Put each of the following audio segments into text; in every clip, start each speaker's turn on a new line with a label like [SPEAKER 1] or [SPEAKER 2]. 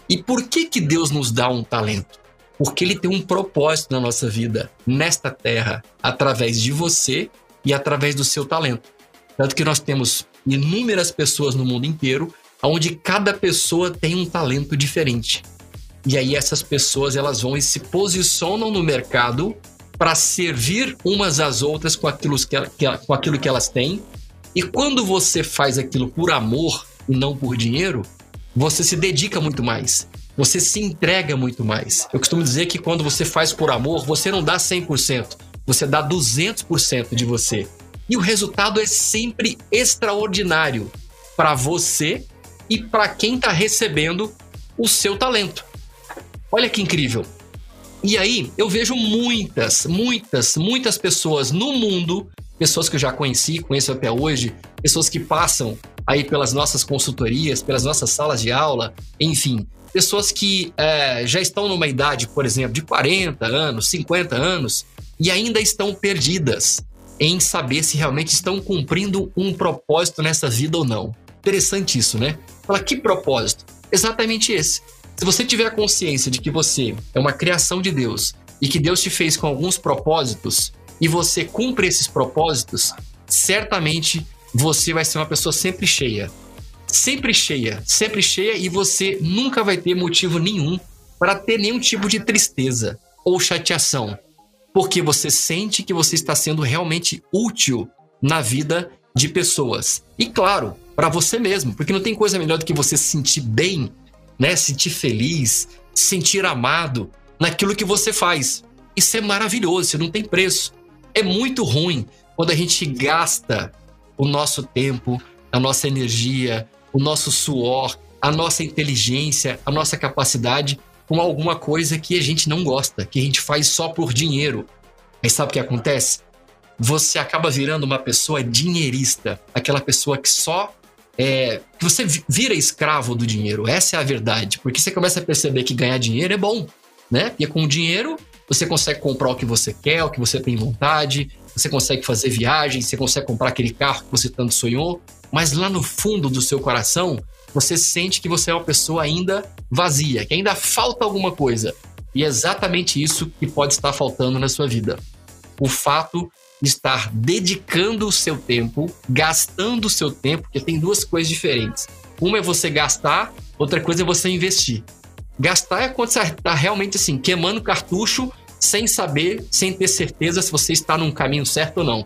[SPEAKER 1] E por que Deus nos dá um talento? Porque Ele tem um propósito na nossa vida, nesta terra, através de você e através do seu talento. Tanto que nós temos inúmeras pessoas no mundo inteiro, onde cada pessoa tem um talento diferente. E aí essas pessoas elas vão e se posicionam no mercado para servir umas às outras com aquilo que elas têm. E quando você faz aquilo por amor e não por dinheiro, você se dedica muito mais. Você se entrega muito mais. Eu costumo dizer que quando você faz por amor, você não dá 100%, você dá 200% de você. E o resultado é sempre extraordinário para você e para quem está recebendo o seu talento. Olha que incrível. E aí eu vejo muitas pessoas no mundo, pessoas que eu já conheço até hoje, pessoas que passam aí pelas nossas consultorias, pelas nossas salas de aula, enfim, pessoas que já estão numa idade, por exemplo, de 40 anos, 50 anos e ainda estão perdidas em saber se realmente estão cumprindo um propósito nessa vida ou não. Interessante isso, né? Fala, que propósito? Exatamente esse. Se você tiver a consciência de que você é uma criação de Deus e que Deus te fez com alguns propósitos e você cumpre esses propósitos, certamente você vai ser uma pessoa sempre cheia. Sempre cheia, sempre cheia, e você nunca vai ter motivo nenhum para ter nenhum tipo de tristeza ou chateação, porque você sente que você está sendo realmente útil na vida de pessoas. E claro, para você mesmo, porque não tem coisa melhor do que você se sentir bem, né? Sentir feliz, sentir amado naquilo que você faz. Isso é maravilhoso, isso não tem preço. É muito ruim quando a gente gasta o nosso tempo, a nossa energia, o nosso suor, a nossa inteligência, a nossa capacidade com alguma coisa que a gente não gosta, que a gente faz só por dinheiro. Aí sabe o que acontece? Você acaba virando uma pessoa dinheirista, aquela pessoa que só que você vira escravo do dinheiro. Essa é a verdade, porque você começa a perceber que ganhar dinheiro é bom, né? E com o dinheiro você consegue comprar o que você quer, o que você tem vontade, você consegue fazer viagens, você consegue comprar aquele carro que você tanto sonhou, mas lá no fundo do seu coração você sente que você é uma pessoa ainda vazia, que ainda falta alguma coisa. E é exatamente isso que pode estar faltando na sua vida. O fato de estar dedicando o seu tempo, gastando o seu tempo, porque tem duas coisas diferentes. Uma é você gastar, outra coisa é você investir. Gastar é quando você está realmente assim, queimando cartucho, sem saber, sem ter certeza se você está num caminho certo ou não.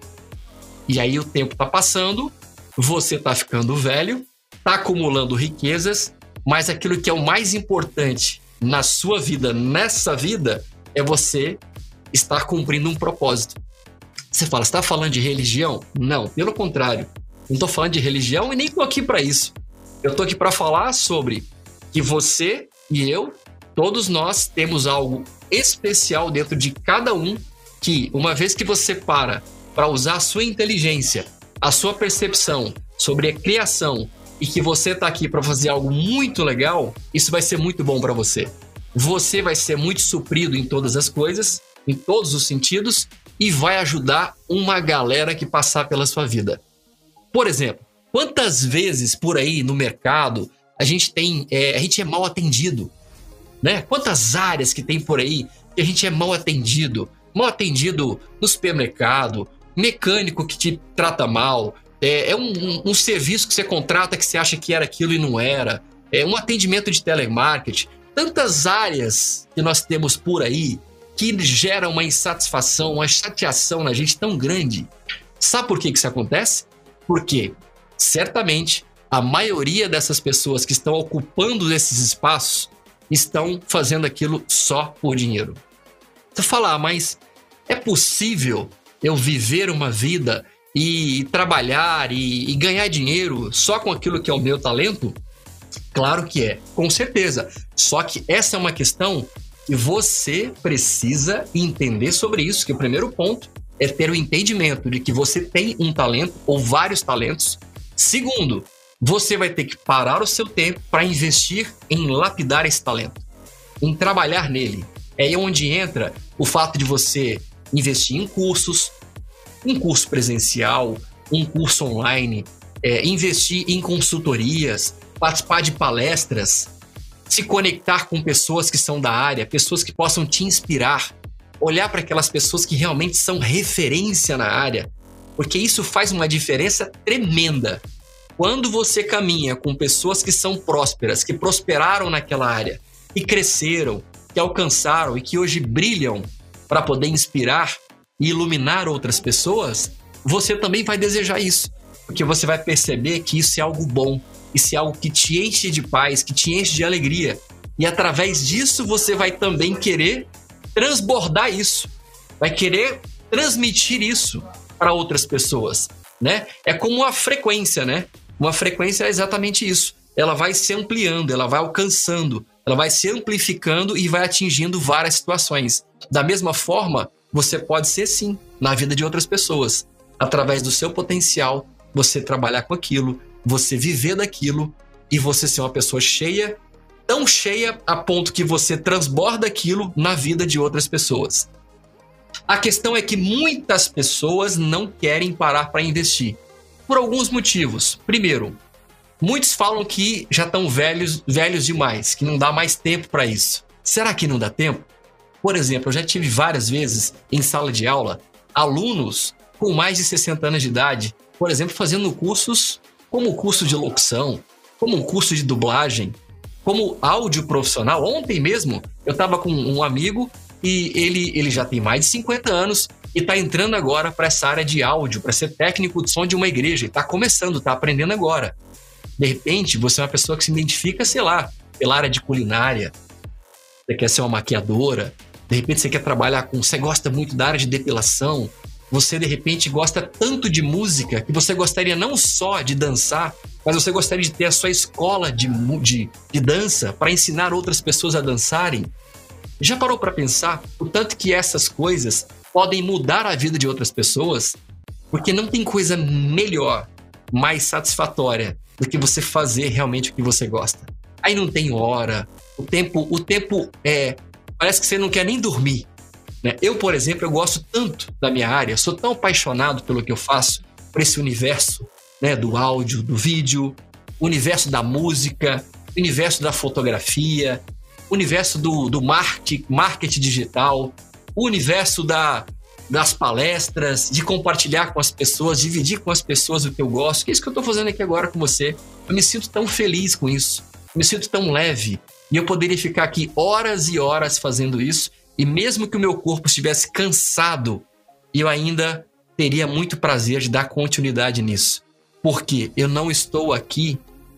[SPEAKER 1] E aí o tempo está passando, você está ficando velho, está acumulando riquezas, mas aquilo que é o mais importante na sua vida, nessa vida, é você estar cumprindo um propósito. Você fala, você está falando de religião? Não, pelo contrário. Não estou falando de religião e nem estou aqui para isso. Eu estou aqui para falar sobre que você e eu, todos nós temos algo especial dentro de cada um, que uma vez que você para usar a sua inteligência, a sua percepção sobre a criação e que você está aqui para fazer algo muito legal, isso vai ser muito bom para você. Você vai ser muito suprido em todas as coisas, em todos os sentidos, e vai ajudar uma galera que passar pela sua vida. Por exemplo, quantas vezes por aí no mercado a gente é mal atendido, né? Quantas áreas que tem por aí que a gente é mal atendido? Mal atendido no supermercado, mecânico que te trata mal, um serviço que você contrata que você acha que era aquilo e não era, um atendimento de telemarketing. Tantas áreas que nós temos por aí que geram uma insatisfação, uma chateação na gente tão grande. Sabe por que isso acontece? Porque, certamente, a maioria dessas pessoas que estão ocupando esses espaços estão fazendo aquilo só por dinheiro. Você fala, mas é possível eu viver uma vida e trabalhar e ganhar dinheiro só com aquilo que é o meu talento? Claro que é, com certeza. Só que essa é uma questão que você precisa entender sobre isso, que o primeiro ponto é ter o entendimento de que você tem um talento ou vários talentos. Segundo, você vai ter que parar o seu tempo para investir em lapidar esse talento, em trabalhar nele. É aí onde entra o fato de você investir em cursos, um curso presencial, um curso online, investir em consultorias, participar de palestras. se conectar com pessoas que são da área, pessoas que possam te inspirar, olhar para aquelas pessoas que realmente são referência na área, porque isso faz uma diferença tremenda. Quando você caminha com pessoas que são prósperas, que prosperaram naquela área, que cresceram, que alcançaram e que hoje brilham para poder inspirar e iluminar outras pessoas, você também vai desejar isso, porque você vai perceber que isso é algo bom, isso é algo que te enche de paz, que te enche de alegria. E através disso você vai também querer transbordar isso, vai querer transmitir isso para outras pessoas, né? É como uma frequência, né? Uma frequência é exatamente isso. Ela vai se ampliando, ela vai alcançando, ela vai se amplificando e vai atingindo várias situações. Da mesma forma, você pode ser sim na vida de outras pessoas. Através do seu potencial, você trabalhar com aquilo, você viver daquilo e você ser uma pessoa cheia, tão cheia a ponto que você transborda aquilo na vida de outras pessoas. A questão é que muitas pessoas não querem parar para investir. Por alguns motivos. Primeiro, muitos falam que já estão velhos demais, que não dá mais tempo para isso. Será que não dá tempo? Por exemplo, eu já tive várias vezes em sala de aula alunos com mais de 60 anos de idade, por exemplo, fazendo cursos como o curso de locução, como o curso de dublagem, como áudio profissional. Ontem mesmo eu estava com um amigo e ele já tem mais de 50 anos e está entrando agora para essa área de áudio, para ser técnico de som de uma igreja. Está começando, está aprendendo agora. De repente, você é uma pessoa que se identifica, sei lá, pela área de culinária. Você quer ser uma maquiadora. De repente, você quer trabalhar com... Você gosta muito da área de depilação. Você, de repente, gosta tanto de música que você gostaria não só de dançar, mas você gostaria de ter a sua escola de dança para ensinar outras pessoas a dançarem. Já parou para pensar o tanto que essas coisas podem mudar a vida de outras pessoas? Porque não tem coisa melhor, mais satisfatória do que você fazer realmente o que você gosta. Aí não tem hora, o tempo parece que você não quer nem dormir, né? Eu, por exemplo, eu gosto tanto da minha área, sou tão apaixonado pelo que eu faço, por esse universo, né, do áudio, do vídeo, o universo da música, o universo da fotografia, o universo do marketing digital, o universo das palestras, de compartilhar com as pessoas, dividir com as pessoas o que eu gosto, que é isso que eu estou fazendo aqui agora com você. Eu me sinto tão feliz com isso, eu me sinto tão leve, e eu poderia ficar aqui horas e horas fazendo isso, e mesmo que o meu corpo estivesse cansado, eu ainda teria muito prazer de dar continuidade nisso, porque eu não estou aqui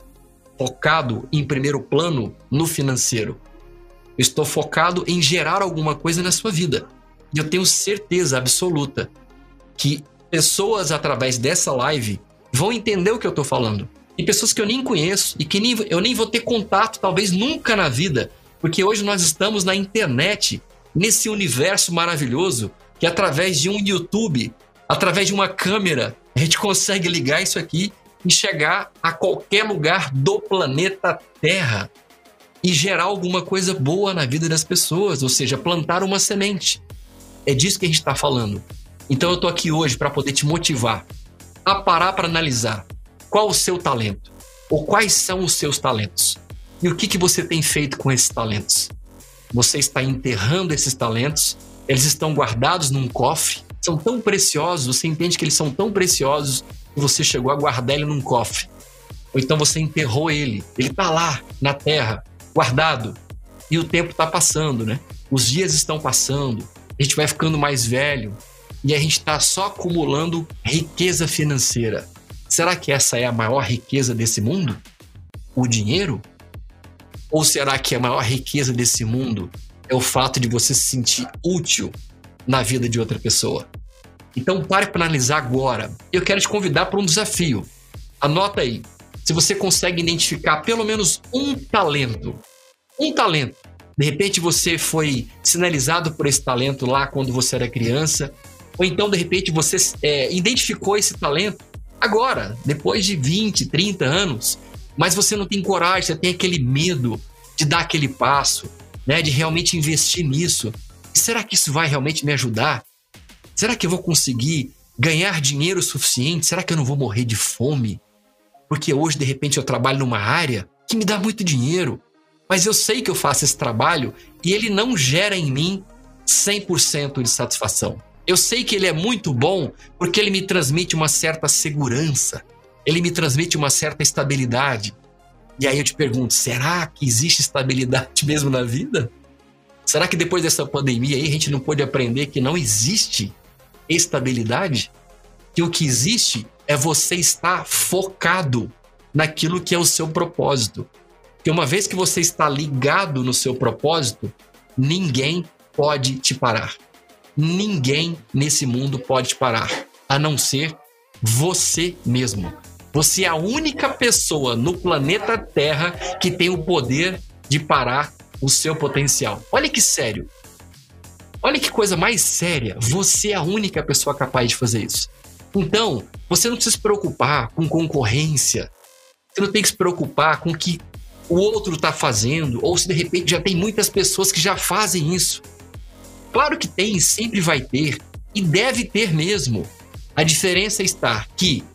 [SPEAKER 1] focado em primeiro plano no financeiro. Eu estou focado em gerar alguma coisa na sua vida. E eu tenho certeza absoluta que pessoas através dessa live vão entender o que eu estou falando. E pessoas que eu nem conheço e que eu nem vou ter contato, talvez nunca na vida. Porque hoje nós estamos na internet, nesse universo maravilhoso, que através de um YouTube, através de uma câmera, a gente consegue ligar isso aqui e chegar a qualquer lugar do planeta Terra e gerar alguma coisa boa na vida das pessoas, ou seja, plantar uma semente. É disso que a gente está falando. Então eu estou aqui hoje para poder te motivar a parar para analisar qual o seu talento, ou quais são os seus talentos, e o que você tem feito com esses talentos. Você está enterrando esses talentos, eles estão guardados num cofre, são tão preciosos, você entende que eles são tão preciosos que você chegou a guardar ele num cofre. Ou então você enterrou ele está lá na terra, guardado, e o tempo está passando, né? Os dias estão passando, a gente vai ficando mais velho e a gente está só acumulando riqueza financeira. Será que essa é a maior riqueza desse mundo? O dinheiro? Ou será que a maior riqueza desse mundo é o fato de você se sentir útil na vida de outra pessoa? Então pare para analisar agora. Eu quero te convidar para um desafio. Anota aí. Se você consegue identificar pelo menos um talento. De repente você foi sinalizado por esse talento lá quando você era criança. Ou então, de repente, você identificou esse talento agora, depois de 20, 30 anos. Mas você não tem coragem, você tem aquele medo de dar aquele passo, né, de realmente investir nisso. E será que isso vai realmente me ajudar? Será que eu vou conseguir ganhar dinheiro suficiente? Será que eu não vou morrer de fome? Porque hoje, de repente, eu trabalho numa área que me dá muito dinheiro. mas eu sei que eu faço esse trabalho e ele não gera em mim 100% de satisfação. Eu sei que ele é muito bom porque ele me transmite uma certa segurança, ele me transmite uma certa estabilidade. E aí eu te pergunto, será que existe estabilidade mesmo na vida? Será que depois dessa pandemia aí a gente não pôde aprender que não existe estabilidade? Que o que existe é você estar focado naquilo que é o seu propósito. Porque uma vez que você está ligado no seu propósito, ninguém pode te parar. Ninguém nesse mundo pode te parar, a não ser você mesmo. Você é a única pessoa no planeta Terra que tem o poder de parar o seu potencial. Olha que sério. Olha que coisa mais séria. Você é a única pessoa capaz de fazer isso. Então, você não precisa se preocupar com concorrência. Você não tem que se preocupar com o que o outro está fazendo, ou se de repente já tem muitas pessoas que já fazem isso. Claro que tem, sempre vai ter, e deve ter mesmo. A diferença está que,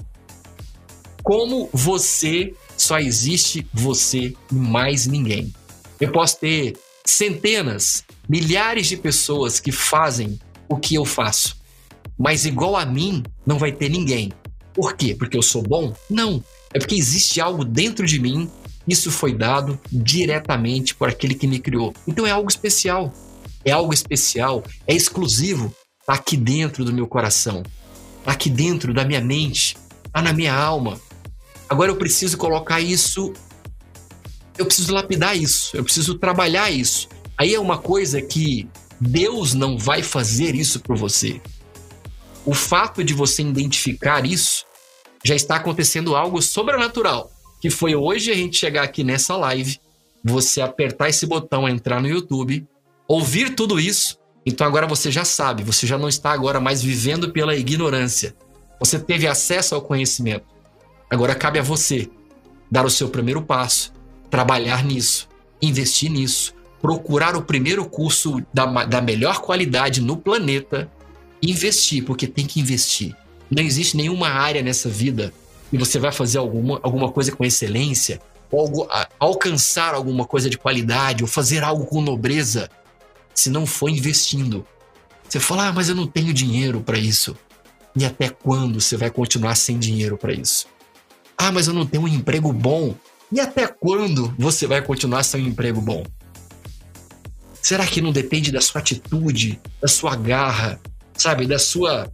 [SPEAKER 1] como você, só existe você e mais ninguém. Eu posso ter centenas, milhares de pessoas que fazem o que eu faço, mas igual a mim não vai ter ninguém. Por quê? Porque eu sou bom? Não. É porque existe algo dentro de mim, isso foi dado diretamente por aquele que me criou. Então é algo especial. É algo especial, é exclusivo, tá aqui dentro do meu coração, tá aqui dentro da minha mente, tá na minha alma. Agora eu preciso colocar isso, eu preciso lapidar isso, eu preciso trabalhar isso. Aí é uma coisa que Deus não vai fazer isso por você. O fato de você identificar isso, já está acontecendo algo sobrenatural, que foi hoje a gente chegar aqui nessa live, você apertar esse botão, entrar no YouTube, ouvir tudo isso, então agora você já sabe, você já não está agora mais vivendo pela ignorância. Você teve acesso ao conhecimento. Agora cabe a você dar o seu primeiro passo, trabalhar nisso, investir nisso, procurar o primeiro curso da melhor qualidade no planeta, investir, porque tem que investir. Não existe nenhuma área nessa vida que você vai fazer alguma coisa com excelência, ou alcançar alguma coisa de qualidade, ou fazer algo com nobreza, se não for investindo. Você fala, mas eu não tenho dinheiro para isso. E até quando você vai continuar sem dinheiro para isso? Mas eu não tenho um emprego bom. E até quando você vai continuar sem um emprego bom? Será que não depende da sua atitude, da sua garra, sabe, da sua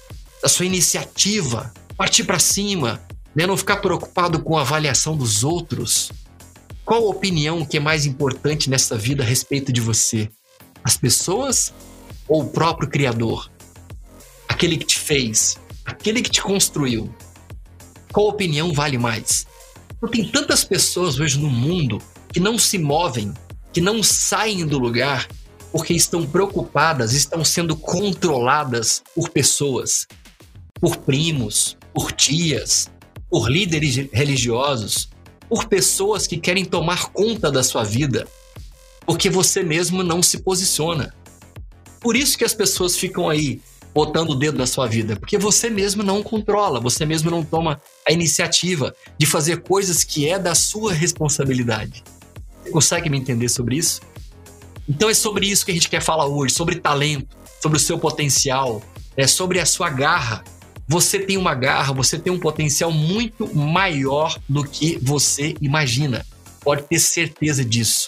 [SPEAKER 1] iniciativa? Partir para cima, né? Não ficar preocupado com a avaliação dos outros. Qual a opinião que é mais importante nessa vida a respeito de você? As pessoas ou o próprio Criador? Aquele que te fez, aquele que te construiu. Qual opinião vale mais? Então, tem tantas pessoas hoje no mundo que não se movem, que não saem do lugar porque estão preocupadas, estão sendo controladas por pessoas, por primos, por tias, por líderes religiosos, por pessoas que querem tomar conta da sua vida, porque você mesmo não se posiciona. Por isso que as pessoas ficam aí botando o dedo na sua vida, porque você mesmo não controla, você mesmo não toma a iniciativa de fazer coisas que é da sua responsabilidade. Você consegue me entender sobre isso? Então é sobre isso que a gente quer falar hoje, sobre talento, sobre o seu potencial, sobre a sua garra. Você tem uma garra, você tem um potencial muito maior do que você imagina. Pode ter certeza disso.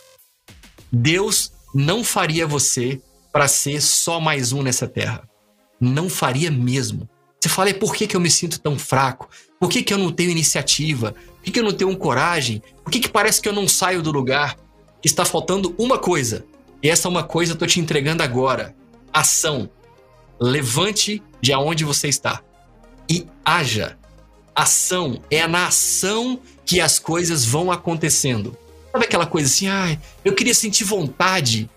[SPEAKER 1] Deus não faria você para ser só mais um nessa terra. Não faria mesmo. Você fala, por que eu me sinto tão fraco? Por que eu não tenho iniciativa? Por que eu não tenho coragem? Por que parece que eu não saio do lugar? Está faltando uma coisa. E essa uma coisa eu estou te entregando agora. Ação. Levante de onde você está e haja. Ação. É na ação que as coisas vão acontecendo. Sabe aquela coisa assim, eu queria sentir vontade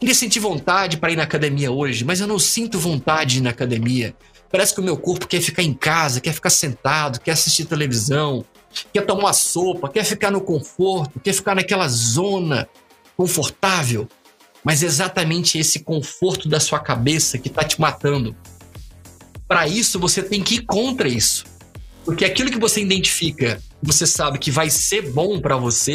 [SPEAKER 1] para ir na academia hoje, mas eu não sinto vontade de ir na academia. Parece que o meu corpo quer ficar em casa, quer ficar sentado, quer assistir televisão, quer tomar uma sopa, quer ficar no conforto, quer ficar naquela zona confortável. Mas é exatamente esse conforto da sua cabeça que está te matando. Para isso, você tem que ir contra isso. Porque aquilo que você identifica, você sabe que vai ser bom para você,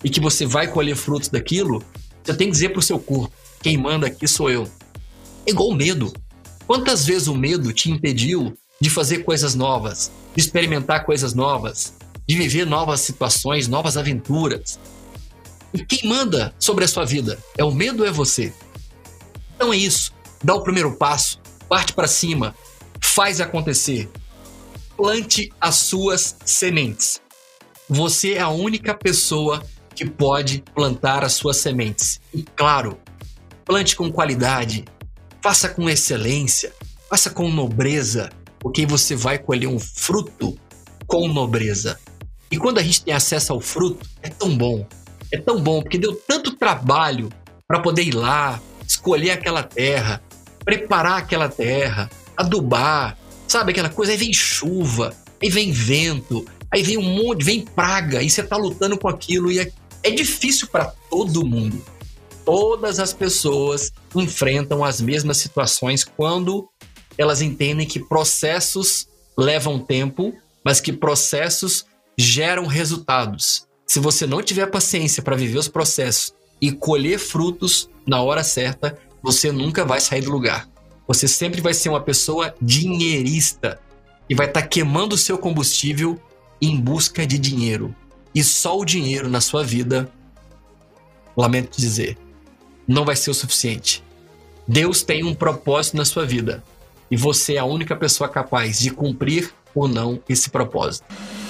[SPEAKER 1] e que você vai colher frutos daquilo, você tem que dizer pro seu corpo: quem manda aqui sou eu. É igual o medo. Quantas vezes o medo te impediu de fazer coisas novas, de experimentar coisas novas, de viver novas situações, novas aventuras? E quem manda sobre a sua vida? É o medo ou é você? Então é isso. Dá o primeiro passo, parte para cima, faz acontecer. Plante as suas sementes. Você é a única pessoa que pode plantar as suas sementes. E claro, plante com qualidade, faça com excelência, faça com nobreza, porque você vai colher um fruto com nobreza. E quando a gente tem acesso ao fruto, é tão bom, porque deu tanto trabalho para poder ir lá, escolher aquela terra, preparar aquela terra, adubar, sabe aquela coisa? Aí vem chuva, aí vem vento, aí vem um monte, vem praga, e você tá lutando com aquilo, e é difícil para todo mundo. Todas as pessoas enfrentam as mesmas situações quando elas entendem que processos levam tempo, mas que processos geram resultados. Se você não tiver paciência para viver os processos e colher frutos na hora certa, você nunca vai sair do lugar. Você sempre vai ser uma pessoa dinheirista e vai estar queimando o seu combustível em busca de dinheiro. E só o dinheiro na sua vida, lamento dizer, não vai ser o suficiente. Deus tem um propósito na sua vida e você é a única pessoa capaz de cumprir ou não esse propósito.